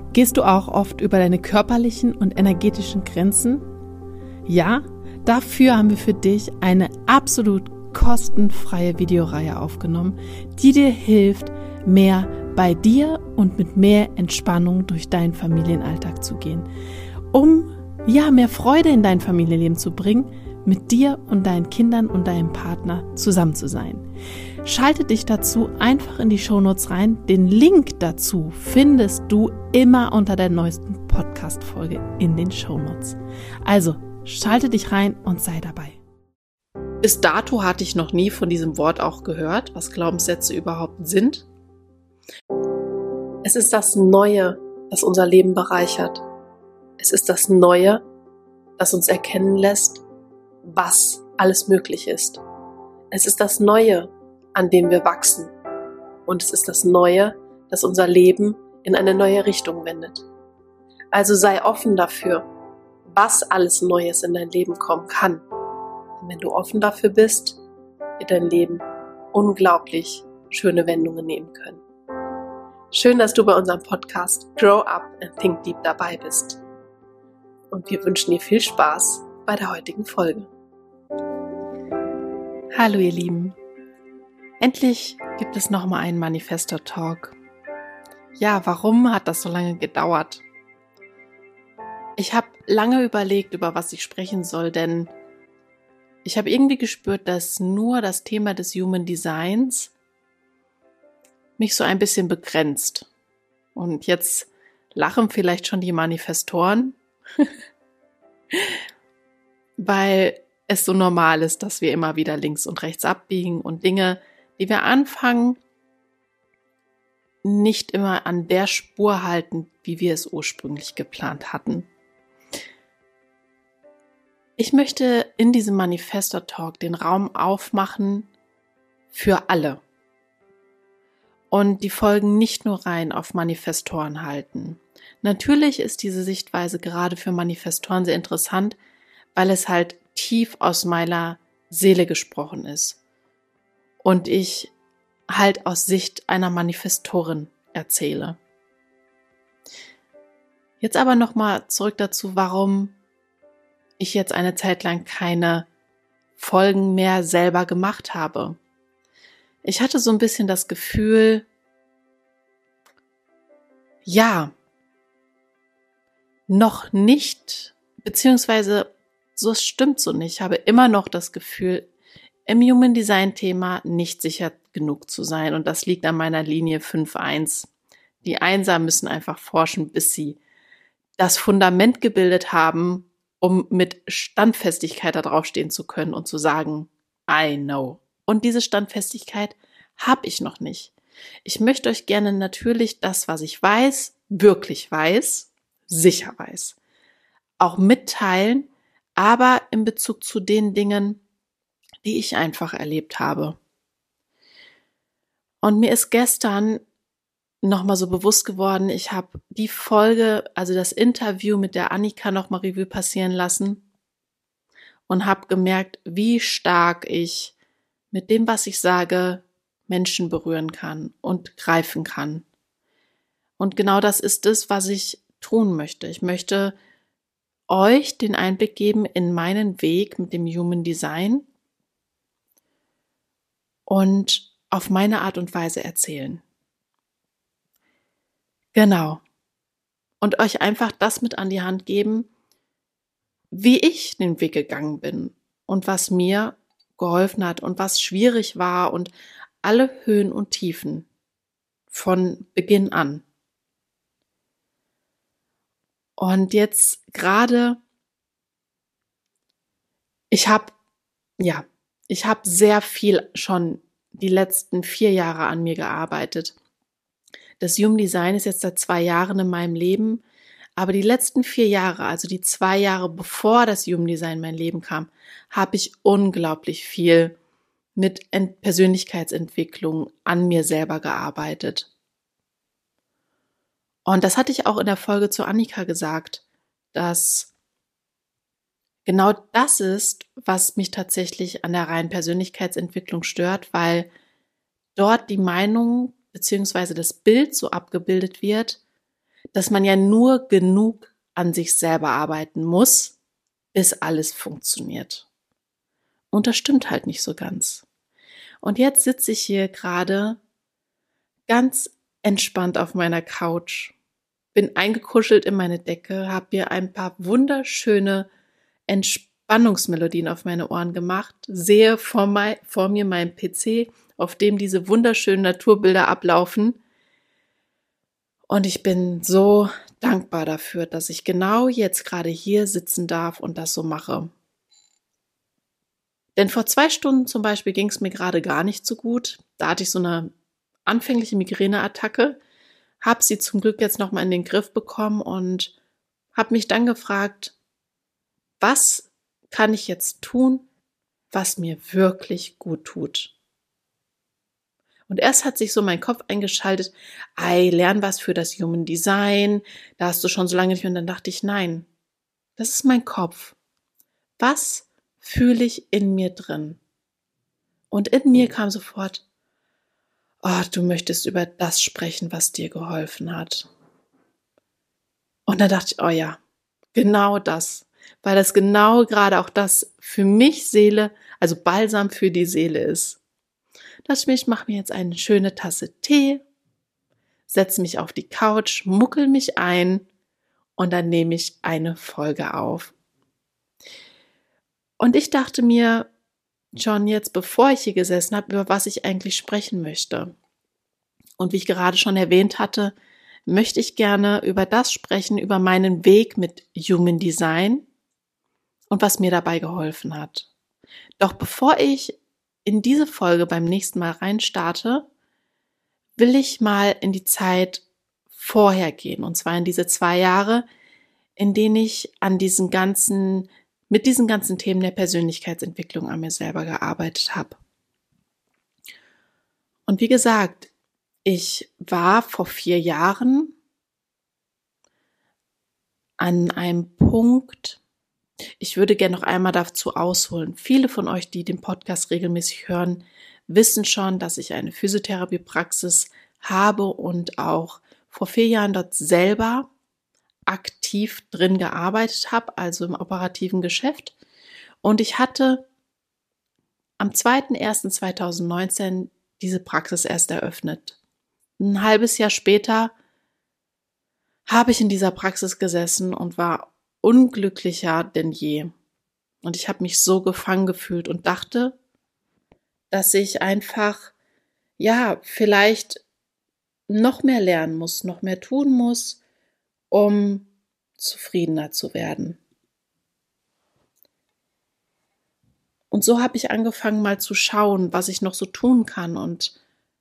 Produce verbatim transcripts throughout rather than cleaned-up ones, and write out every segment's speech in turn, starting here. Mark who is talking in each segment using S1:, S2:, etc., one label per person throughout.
S1: Gehst du auch oft über deine körperlichen und energetischen Grenzen? Ja, dafür haben wir für dich eine absolut kostenfreie Videoreihe aufgenommen, die dir hilft, mehr bei dir und mit mehr Entspannung durch deinen Familienalltag zu gehen, um ja mehr Freude in dein Familienleben zu bringen, mit dir und deinen Kindern und deinem Partner zusammen zu sein. Schalte dich dazu einfach in die Shownotes rein. Den Link dazu findest du immer unter der neuesten Podcast-Folge in den Shownotes. Also, schalte dich rein und sei dabei.
S2: Bis dato hatte ich noch nie von diesem Wort auch gehört, was Glaubenssätze überhaupt sind. Es ist das Neue, das unser Leben bereichert. Es ist das Neue, das uns erkennen lässt, was alles möglich ist. Es ist das Neue, an dem wir wachsen. Und es ist das Neue, das unser Leben in eine neue Richtung wendet. Also sei offen dafür, was alles Neues in dein Leben kommen kann. Denn wenn du offen dafür bist, wird dein Leben unglaublich schöne Wendungen nehmen können. Schön, dass du bei unserem Podcast Grow Up and Think Deep dabei bist. Und wir wünschen dir viel Spaß bei der heutigen Folge.
S1: Hallo ihr Lieben. Endlich gibt es nochmal einen Manifestor-Talk. Ja, warum hat das so lange gedauert? Ich habe lange überlegt, über was ich sprechen soll, denn ich habe irgendwie gespürt, dass nur das Thema des Human Designs mich so ein bisschen begrenzt. Und jetzt lachen vielleicht schon die Manifestoren, weil es so normal ist, dass wir immer wieder links und rechts abbiegen und Dinge, die wir anfangen, nicht immer an der Spur halten, wie wir es ursprünglich geplant hatten. Ich möchte in diesem Manifestor-Talk den Raum aufmachen für alle und die Folgen nicht nur rein auf Manifestoren halten. Natürlich ist diese Sichtweise gerade für Manifestoren sehr interessant, weil es halt tief aus meiner Seele gesprochen ist und ich halt aus Sicht einer Manifestorin erzähle. Jetzt aber nochmal zurück dazu, warum ich jetzt eine Zeit lang keine Folgen mehr selber gemacht habe. Ich hatte so ein bisschen das Gefühl, ja, noch nicht, beziehungsweise so es stimmt so nicht. Ich habe immer noch das Gefühl, im Human Design Thema nicht sicher genug zu sein. Und das liegt an meiner Linie fünf eins. Die Einser müssen einfach forschen, bis sie das Fundament gebildet haben, um mit Standfestigkeit da draufstehen zu können und zu sagen, I know. Und diese Standfestigkeit habe ich noch nicht. Ich möchte euch gerne natürlich das, was ich weiß, wirklich weiß, sicher weiß, auch mitteilen, aber in Bezug zu den Dingen, die ich einfach erlebt habe. Und mir ist gestern nochmal so bewusst geworden, ich habe die Folge, also das Interview mit der Annika nochmal Revue passieren lassen und habe gemerkt, wie stark ich mit dem, was ich sage, Menschen berühren kann und greifen kann. Und genau das ist es, was ich tun möchte. Ich möchte euch den Einblick geben in meinen Weg mit dem Human Design und auf meine Art und Weise erzählen. Genau. Und euch einfach das mit an die Hand geben, wie ich den Weg gegangen bin und was mir geholfen hat und was schwierig war und alle Höhen und Tiefen von Beginn an. Und jetzt gerade, ich habe, ja, ich habe sehr viel schon die letzten vier Jahre an mir gearbeitet. Das Human Design ist jetzt seit zwei Jahren in meinem Leben, aber die letzten vier Jahre, also die zwei Jahre bevor das Human Design in mein Leben kam, habe ich unglaublich viel mit Persönlichkeitsentwicklung an mir selber gearbeitet. Und das hatte ich auch in der Folge zu Annika gesagt, dass genau das ist, was mich tatsächlich an der reinen Persönlichkeitsentwicklung stört, weil dort die Meinung bzw. das Bild so abgebildet wird, dass man ja nur genug an sich selber arbeiten muss, bis alles funktioniert. Und das stimmt halt nicht so ganz. Und jetzt sitze ich hier gerade ganz entspannt auf meiner Couch, bin eingekuschelt in meine Decke, habe mir ein paar wunderschöne Entspannungsmelodien auf meine Ohren gemacht, sehe vor, mein, vor mir meinen P C, auf dem diese wunderschönen Naturbilder ablaufen. Und ich bin so dankbar dafür, dass ich genau jetzt gerade hier sitzen darf und das so mache. Denn vor zwei Stunden zum Beispiel ging es mir gerade gar nicht so gut. Da hatte ich so eine anfängliche Migräneattacke, habe sie zum Glück jetzt nochmal in den Griff bekommen und habe mich dann gefragt, was kann ich jetzt tun, was mir wirklich gut tut? Und erst hat sich so mein Kopf eingeschaltet, ei, lern was für das Human Design, da hast du schon so lange nicht mehr. Und dann dachte ich, nein, das ist mein Kopf. Was fühle ich in mir drin? Und in mir kam sofort, oh, du möchtest über das sprechen, was dir geholfen hat. Und dann dachte ich, oh ja, genau das, weil das genau gerade auch das für mich Seele, also Balsam für die Seele ist. Dass ich mache mir jetzt eine schöne Tasse Tee, setze mich auf die Couch, muckel mich ein und dann nehme ich eine Folge auf. Und ich dachte mir, schon jetzt, bevor ich hier gesessen habe, über was ich eigentlich sprechen möchte. Und wie ich gerade schon erwähnt hatte, möchte ich gerne über das sprechen, über meinen Weg mit Human Design und was mir dabei geholfen hat. Doch bevor ich in diese Folge beim nächsten Mal reinstarte, will ich mal in die Zeit vorher gehen. Und zwar in diese zwei Jahre, in denen ich an diesen ganzen, mit diesen ganzen Themen der Persönlichkeitsentwicklung an mir selber gearbeitet habe. Und wie gesagt, ich war vor vier Jahren an einem Punkt, ich würde gerne noch einmal dazu ausholen. Viele von euch, die den Podcast regelmäßig hören, wissen schon, dass ich eine Physiotherapiepraxis habe und auch vor vier Jahren dort selber aktiv drin gearbeitet habe, also im operativen Geschäft. Und ich hatte am zweiter erster zweitausendneunzehn diese Praxis erst eröffnet. Ein halbes Jahr später habe ich in dieser Praxis gesessen und war unglücklicher denn je. Und ich habe mich so gefangen gefühlt und dachte, dass ich einfach, ja, vielleicht noch mehr lernen muss, noch mehr tun muss, um zufriedener zu werden. Und so habe ich angefangen, mal zu schauen, was ich noch so tun kann und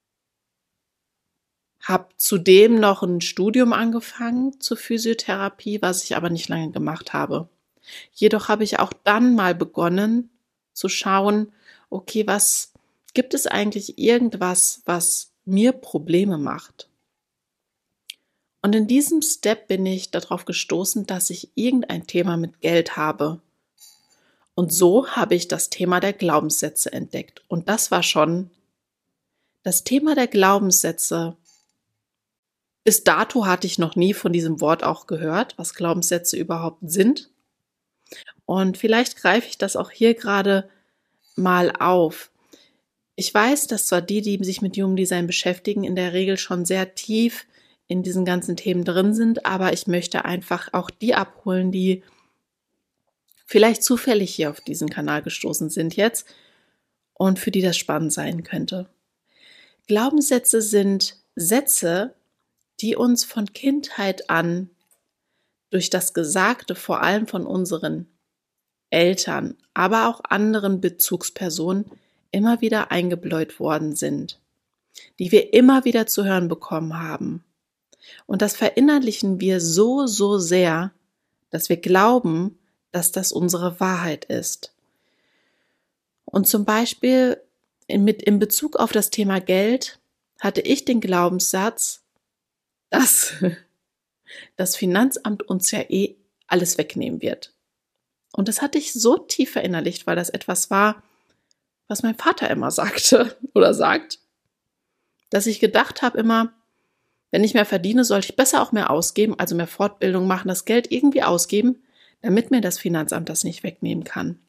S1: habe zudem noch ein Studium angefangen zur Physiotherapie, was ich aber nicht lange gemacht habe. Jedoch habe ich auch dann mal begonnen zu schauen, okay, was gibt es eigentlich irgendwas, was mir Probleme macht? Und in diesem Step bin ich darauf gestoßen, dass ich irgendein Thema mit Geld habe. Und so habe ich das Thema der Glaubenssätze entdeckt. Und das war schon das Thema der Glaubenssätze. Bis dato hatte ich noch nie von diesem Wort auch gehört, was Glaubenssätze überhaupt sind. Und vielleicht greife ich das auch hier gerade mal auf. Ich weiß, dass zwar die, die sich mit Human Design beschäftigen, in der Regel schon sehr tief in diesen ganzen Themen drin sind, aber ich möchte einfach auch die abholen, die vielleicht zufällig hier auf diesen Kanal gestoßen sind jetzt und für die das spannend sein könnte. Glaubenssätze sind Sätze, die uns von Kindheit an durch das Gesagte, vor allem von unseren Eltern, aber auch anderen Bezugspersonen immer wieder eingebläut worden sind, die wir immer wieder zu hören bekommen haben. Und das verinnerlichen wir so, so sehr, dass wir glauben, dass das unsere Wahrheit ist. Und zum Beispiel in, mit, in Bezug auf das Thema Geld hatte ich den Glaubenssatz, dass das Finanzamt uns ja eh alles wegnehmen wird. Und das hatte ich so tief verinnerlicht, weil das etwas war, was mein Vater immer sagte oder sagt, dass ich gedacht habe immer, Wenn ich mehr verdiene, sollte ich besser auch mehr ausgeben, also mehr Fortbildung machen, das Geld irgendwie ausgeben, damit mir das Finanzamt das nicht wegnehmen kann.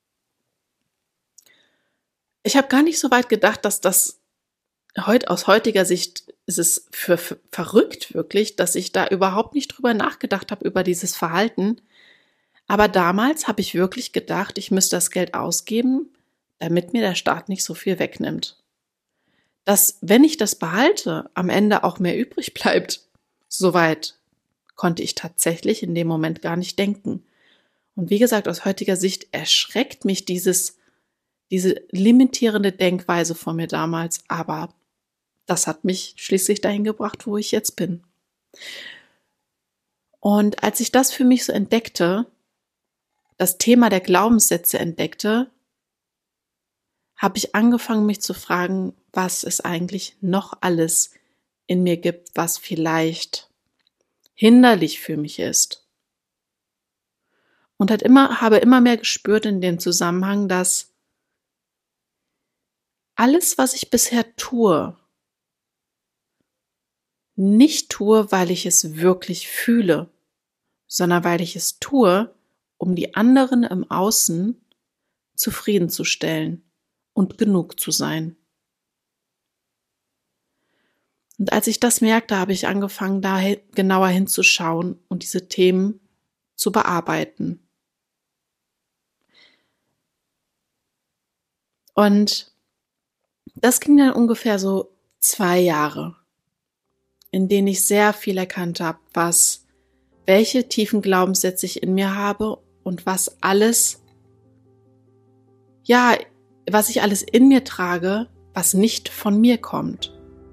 S1: Ich habe gar nicht so weit gedacht, dass das heut, aus heutiger Sicht ist es für, für verrückt wirklich, dass ich da überhaupt nicht drüber nachgedacht habe, über dieses Verhalten. Aber damals habe ich wirklich gedacht, ich müsste das Geld ausgeben, damit mir der Staat nicht so viel wegnimmt. Dass, wenn ich das behalte, am Ende auch mehr übrig bleibt. Soweit konnte ich tatsächlich in dem Moment gar nicht denken. Und wie gesagt, aus heutiger Sicht erschreckt mich dieses, diese limitierende Denkweise von mir damals, aber das hat mich schließlich dahin gebracht, wo ich jetzt bin. Und als ich das für mich so entdeckte, das Thema der Glaubenssätze entdeckte, habe ich angefangen, mich zu fragen, was es eigentlich noch alles in mir gibt, was vielleicht hinderlich für mich ist. Und hat immer, habe immer mehr gespürt in dem Zusammenhang, dass alles, was ich bisher tue, nicht tue, weil ich es wirklich fühle, sondern weil ich es tue, um die anderen im Außen zufriedenzustellen und genug zu sein. Und als ich das merkte, habe ich angefangen, da genauer hinzuschauen und diese Themen zu bearbeiten. Und das ging dann ungefähr so zwei Jahre, in denen ich sehr viel erkannt habe, was, welche tiefen Glaubenssätze ich in mir habe und was alles, ja, was ich alles in mir trage, was nicht von mir kommt.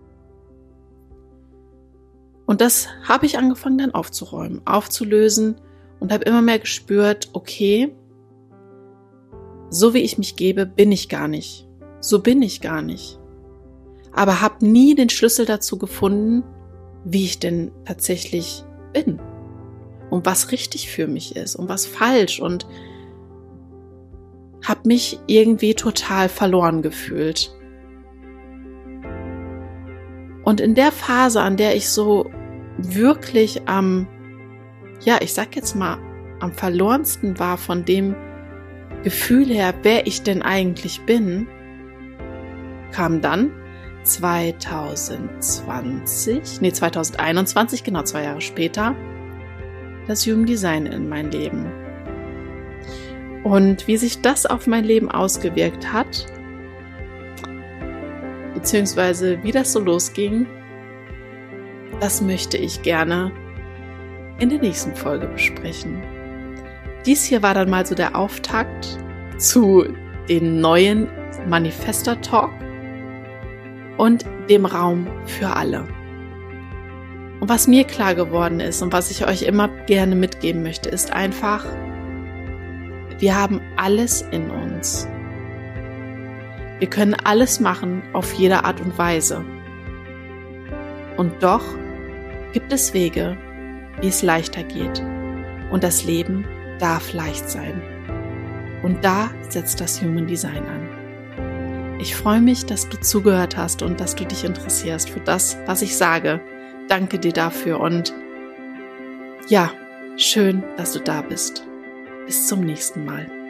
S1: Und das habe ich angefangen dann aufzuräumen, aufzulösen und habe immer mehr gespürt, okay, so wie ich mich gebe, bin ich gar nicht. So bin ich gar nicht. Aber habe nie den Schlüssel dazu gefunden, wie ich denn tatsächlich bin. Und was richtig für mich ist und was falsch. Und habe mich irgendwie total verloren gefühlt. Und in der Phase, an der ich so wirklich am, ja, ich sag jetzt mal, am verlorensten war von dem Gefühl her, wer ich denn eigentlich bin, kam dann zwanzig zwanzig, nee, zwanzig einundzwanzig, genau zwei Jahre später, das Human Design in mein Leben. Und wie sich das auf mein Leben ausgewirkt hat, beziehungsweise wie das so losging, das möchte ich gerne in der nächsten Folge besprechen. Dies hier war dann mal so der Auftakt zu den neuen Manifestor Talk und dem Raum für alle. Und was mir klar geworden ist und was ich euch immer gerne mitgeben möchte, ist einfach, wir haben alles in uns. Wir können alles machen auf jede Art und Weise. Und doch gibt es Wege, wie es leichter geht. Und das Leben darf leicht sein. Und da setzt das Human Design an. Ich freue mich, dass du zugehört hast und dass du dich interessierst für das, was ich sage. Danke dir dafür und ja, schön, dass du da bist. Bis zum nächsten Mal.